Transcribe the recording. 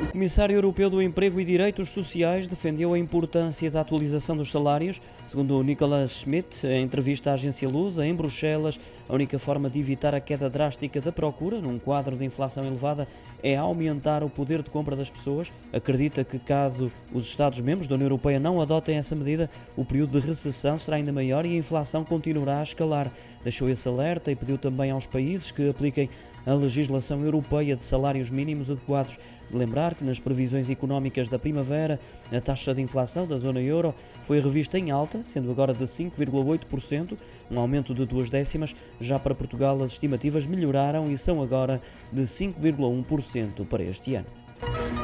O Comissário Europeu do Emprego e Direitos Sociais defendeu a importância da atualização dos salários. Segundo Nicolas Schmit, em entrevista à agência Lusa, em Bruxelas, a única forma de evitar a queda drástica da procura, num quadro de inflação elevada, é aumentar o poder de compra das pessoas. Acredita que, caso os Estados-membros da União Europeia não adotem essa medida, o período de recessão será ainda maior e a inflação continuará a escalar. Deixou esse alerta e pediu também aos países que apliquem a legislação europeia de salários mínimos adequados. De lembrar que nas previsões económicas da primavera, a taxa de inflação da zona euro foi revista em alta, sendo agora de 5,8%, um aumento de 2 décimas. Já para Portugal, as estimativas melhoraram e são agora de 5,1% para este ano.